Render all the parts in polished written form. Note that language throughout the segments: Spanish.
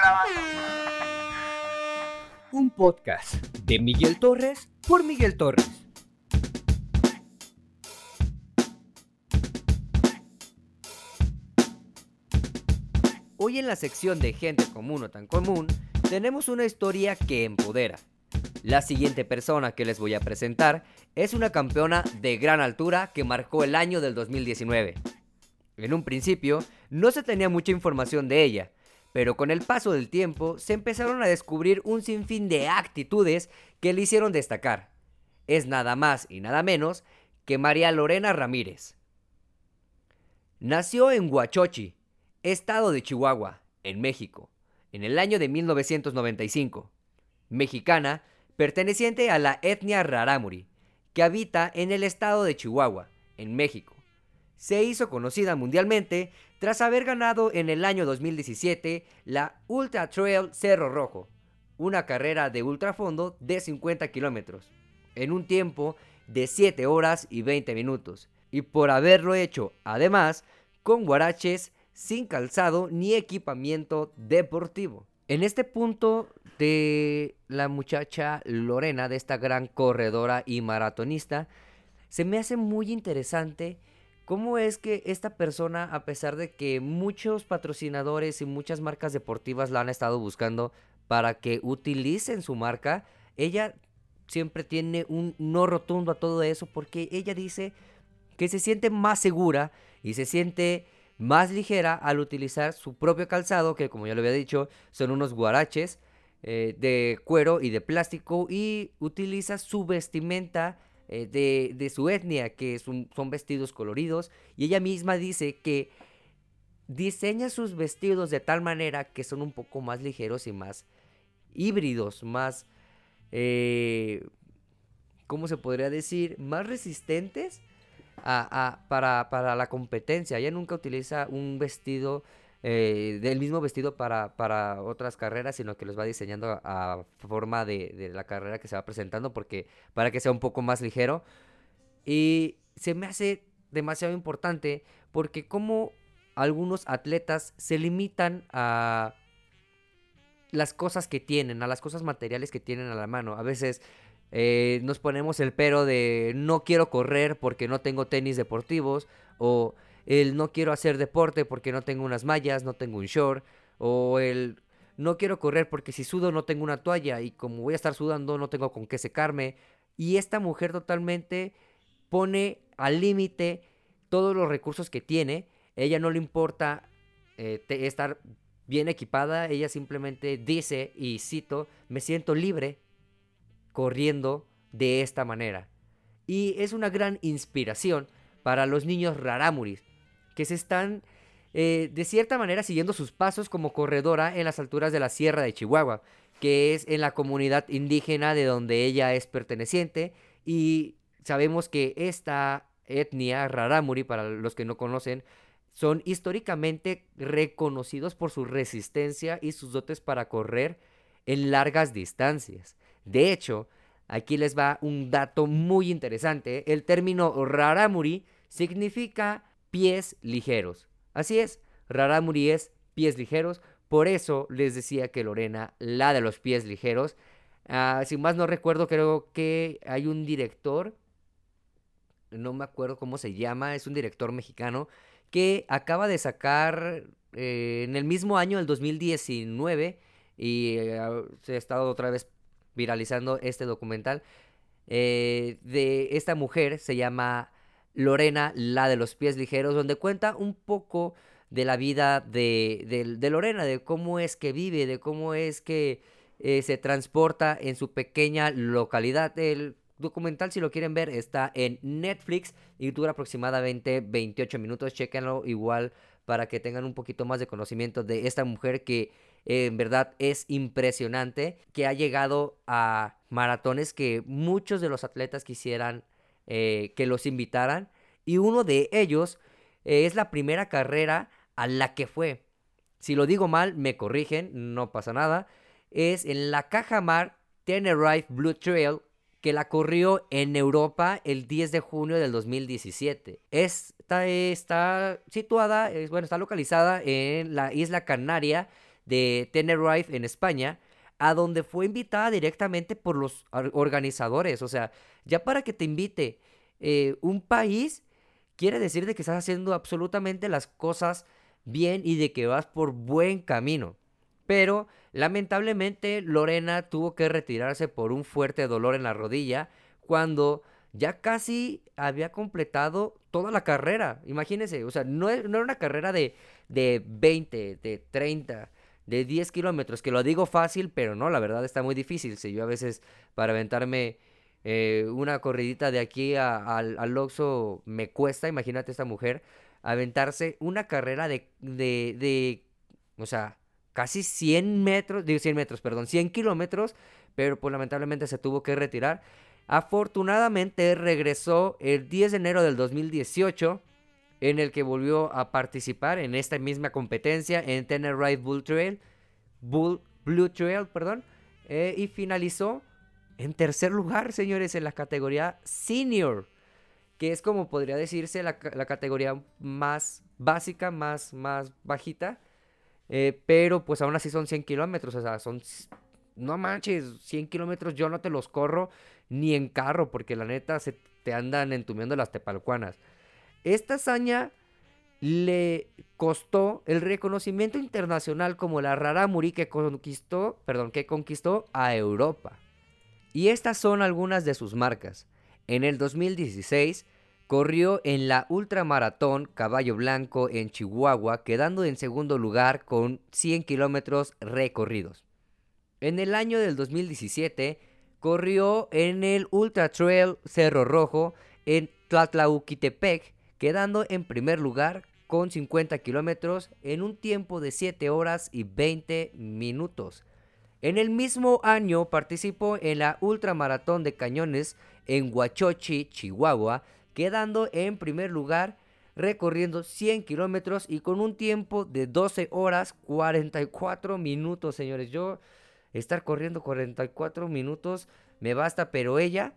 Un podcast de Miguel Torres por Miguel Torres. Hoy en la sección de Gente Común o Tan Común, tenemos una historia que empodera. La siguiente persona que les voy a presentar es una campeona de gran altura que marcó el año del 2019. En un principio, no se tenía mucha información de ella, pero con el paso del tiempo se empezaron a descubrir un sinfín de actitudes que le hicieron destacar. Es nada más y nada menos que María Lorena Ramírez. Nació en Huachochi, estado de Chihuahua, en México, en el año de 1995. Mexicana, perteneciente a la etnia rarámuri, que habita en el estado de Chihuahua, en México. Se hizo conocida mundialmente tras haber ganado en el año 2017 la Ultra Trail Cerro Rojo, una carrera de ultrafondo de 50 kilómetros, en un tiempo de 7 horas y 20 minutos, y por haberlo hecho, además, con guaraches sin calzado ni equipamiento deportivo. En este punto de la muchacha Lorena, de esta gran corredora y maratonista, se me hace muy interesante cómo es que esta persona, a pesar de que muchos patrocinadores y muchas marcas deportivas la han estado buscando para que utilicen su marca, ella siempre tiene un no rotundo a todo eso, porque ella dice que se siente más segura y se siente más ligera al utilizar su propio calzado, que como ya lo había dicho, son unos guaraches de cuero y de plástico, y utiliza su vestimenta de su etnia, que son vestidos coloridos, y ella misma dice que diseña sus vestidos de tal manera que son un poco más ligeros y más híbridos, más, ¿cómo se podría decir? Más resistentes para la competencia. Ella nunca utiliza un vestido del mismo vestido para otras carreras, sino que los va diseñando a forma de la carrera que se va presentando, porque para que sea un poco más ligero. Y se me hace demasiado importante porque como algunos atletas se limitan a las cosas que tienen, a las cosas materiales que tienen a la mano. A veces nos ponemos el pero de no quiero correr porque no tengo tenis deportivos, o el no quiero hacer deporte porque no tengo unas mallas, no tengo un short, o el no quiero correr porque si sudo no tengo una toalla y como voy a estar sudando no tengo con qué secarme. Y esta mujer totalmente pone al límite todos los recursos que tiene. Ella no le importa estar bien equipada, ella simplemente dice, y cito, me siento libre corriendo de esta manera. Y es una gran inspiración para los niños rarámuris, que se están de cierta manera siguiendo sus pasos como corredora en las alturas de la Sierra de Chihuahua, que es en la comunidad indígena de donde ella es perteneciente. Y sabemos que esta etnia rarámuri, para los que no conocen, son históricamente reconocidos por su resistencia y sus dotes para correr en largas distancias. De hecho, aquí les va un dato muy interesante. El término rarámuri significa pies ligeros. Así es, rarámuri es pies ligeros. Por eso les decía que Lorena, la de los pies ligeros. Si más no recuerdo, creo que hay un director, no me acuerdo cómo se llama, es un director mexicano que acaba de sacar en el mismo año, el 2019, y se ha estado otra vez viralizando este documental de esta mujer. Se llama Lorena, la de los pies ligeros, donde cuenta un poco de la vida de Lorena, de cómo es que vive, de cómo es que se transporta en su pequeña localidad. El documental, si lo quieren ver, está en Netflix y dura aproximadamente 28 minutos. Chéquenlo igual para que tengan un poquito más de conocimiento de esta mujer que en verdad es impresionante, que ha llegado a maratones que muchos de los atletas quisieran que los invitaran, y uno de ellos es la primera carrera a la que fue. Si lo digo mal, me corrigen, no pasa nada. Es en la Cajamar Tenerife Blue Trail, que la corrió en Europa el 10 de junio del 2017. Esta está situada, está localizada en la isla Canaria de Tenerife en España, a donde fue invitada directamente por los organizadores. O sea, ya para que te invite un país, quiere decir de que estás haciendo absolutamente las cosas bien y de que vas por buen camino. Pero lamentablemente Lorena tuvo que retirarse por un fuerte dolor en la rodilla cuando ya casi había completado toda la carrera. Imagínense, o sea, no era una carrera de 20, de 30, de 10 kilómetros, que lo digo fácil, pero no, la verdad está muy difícil. Si yo a veces para aventarme una corridita de aquí al Oxxo me cuesta, imagínate esta mujer, aventarse una carrera o sea, casi 100 metros, digo 100 metros, perdón, 100 kilómetros, pero pues lamentablemente se tuvo que retirar. Afortunadamente regresó el 10 de enero del 2018, en el que volvió a participar en esta misma competencia en Tenerife Blue Trail, perdón, y finalizó en tercer lugar, señores, en la categoría senior, que es como podría decirse la categoría más básica, más bajita, pero pues aún así son 100 kilómetros, o sea, no manches, 100 kilómetros yo no te los corro ni en carro, porque la neta se te andan entumiendo las tepalcuanas. Esta hazaña le costó el reconocimiento internacional como la Rarámuri que conquistó a Europa. Y estas son algunas de sus marcas. En el 2016 corrió en la ultramaratón Caballo Blanco en Chihuahua, quedando en segundo lugar con 100 kilómetros recorridos. En el año del 2017 corrió en el Ultra Trail Cerro Rojo en Tlatlauquitepec, quedando en primer lugar con 50 kilómetros en un tiempo de 7 horas y 20 minutos. En el mismo año participó en la Ultramaratón de Cañones en Huachochi, Chihuahua, quedando en primer lugar recorriendo 100 kilómetros y con un tiempo de 12 horas 44 minutos, señores. Yo estar corriendo 44 minutos me basta, pero ella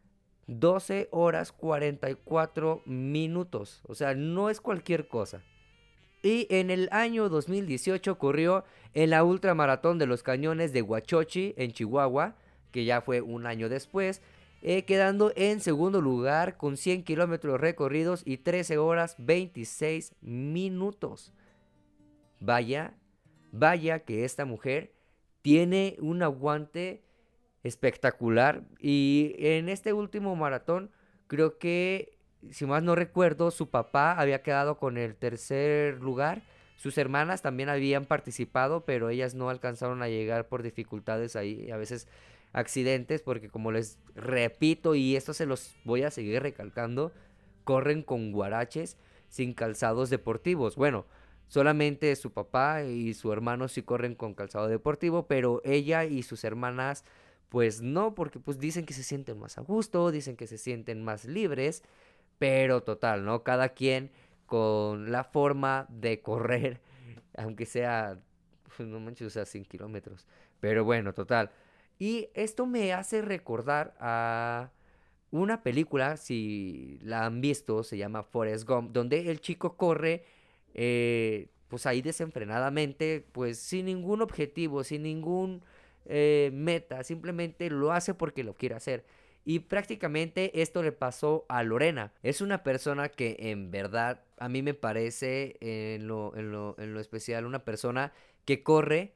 12 horas 44 minutos. O sea, no es cualquier cosa. Y en el año 2018 corrió en la Ultramaratón de los Cañones de Huachochi, en Chihuahua, que ya fue un año después, quedando en segundo lugar con 100 kilómetros recorridos y 13 horas 26 minutos. Vaya, vaya que esta mujer tiene un aguante espectacular. Y en este último maratón, creo que, si más no recuerdo, su papá había quedado con el tercer lugar. Sus hermanas también habían participado, pero ellas no alcanzaron a llegar por dificultades ahí, a veces accidentes, porque como les repito, y esto se los voy a seguir recalcando, corren con guaraches sin calzados deportivos. Bueno, solamente su papá y su hermano sí corren con calzado deportivo, pero ella y sus hermanas pues no, porque pues dicen que se sienten más a gusto, dicen que se sienten más libres, pero total, ¿no? Cada quien con la forma de correr, aunque sea, pues no manches, o sea, 100 kilómetros. Pero bueno, total. Y esto me hace recordar a una película, si la han visto, se llama Forrest Gump, donde el chico corre, pues ahí desenfrenadamente, pues sin ningún objetivo, sin ningún meta, simplemente lo hace porque lo quiere hacer. Y prácticamente esto le pasó a Lorena. Es una persona que en verdad a mí me parece en lo especial una persona que corre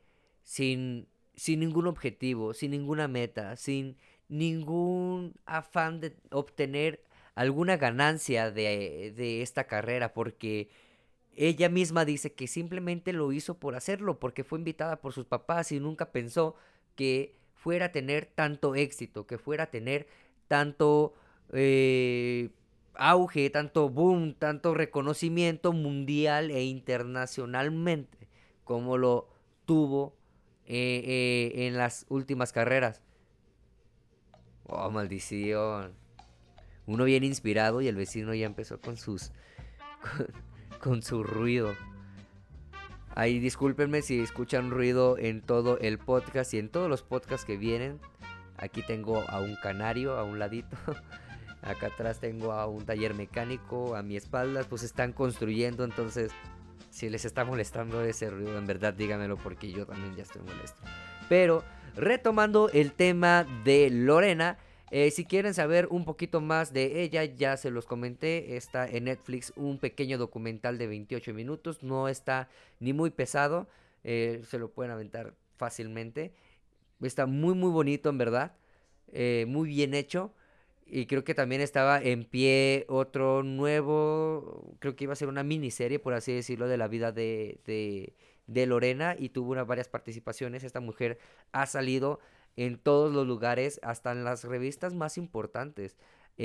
sin ningún objetivo, sin ninguna meta, sin ningún afán de obtener alguna ganancia de esta carrera, porque ella misma dice que simplemente lo hizo por hacerlo, porque fue invitada por sus papás y nunca pensó que fuera a tener tanto éxito, que fuera a tener tanto auge, tanto boom, tanto reconocimiento mundial e internacionalmente como lo tuvo en las últimas carreras. Oh, maldición. Uno bien inspirado y el vecino ya empezó con con, con su ruido. Ahí discúlpenme si escuchan ruido en todo el podcast y en todos los podcasts que vienen. Aquí tengo a un canario a un ladito. Acá atrás tengo a un taller mecánico a mi espalda. Pues están construyendo, entonces Si les está molestando ese ruido, en verdad díganmelo porque yo también ya estoy molesto. Pero retomando el tema de Lorena, si quieren saber un poquito más de ella, ya se los comenté, está en Netflix un pequeño documental de 28 minutos, no está ni muy pesado, se lo pueden aventar fácilmente. Está muy muy bonito en verdad, muy bien hecho. Y creo que también estaba en pie otro nuevo, creo que iba a ser una miniserie, por así decirlo, de la vida de Lorena y tuvo varias participaciones. Esta mujer ha salido en todos los lugares, hasta en las revistas más importantes.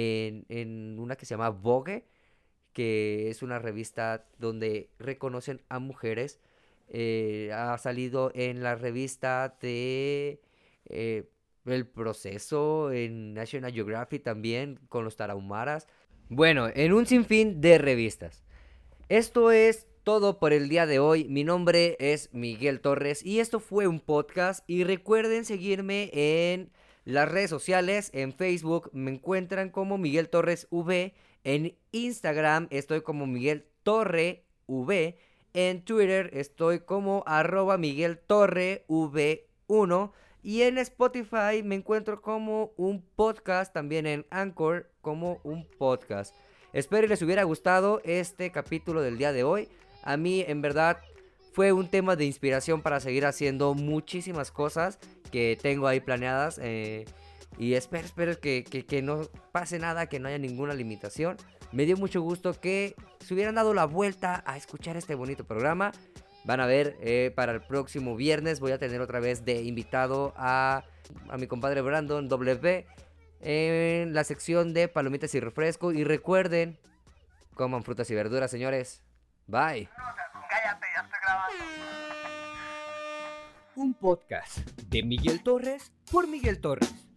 En una que se llama Vogue, que es una revista donde reconocen a mujeres. Ha salido en la revista de El Proceso, en National Geographic también, con los Tarahumaras. Bueno, en un sinfín de revistas. Esto es todo por el día de hoy. Mi nombre es Miguel Torres y esto fue un podcast. Y recuerden seguirme en las redes sociales. En Facebook me encuentran como Miguel Torres V. En Instagram estoy como Miguel Torre V. En Twitter estoy como @Miguel Torre V1. Y en Spotify me encuentro como un podcast, también en Anchor como un podcast. Espero les hubiera gustado este capítulo del día de hoy. A mí en verdad fue un tema de inspiración para seguir haciendo muchísimas cosas que tengo ahí planeadas. Y espero que no pase nada, que no haya ninguna limitación. Me dio mucho gusto que se hubieran dado la vuelta a escuchar este bonito programa. Van a ver, para el próximo viernes voy a tener otra vez de invitado a mi compadre Brandon W en la sección de palomitas y refresco. Y recuerden, coman frutas y verduras, señores. Bye. Cállate, ya estoy grabando. Un podcast de Miguel Torres por Miguel Torres.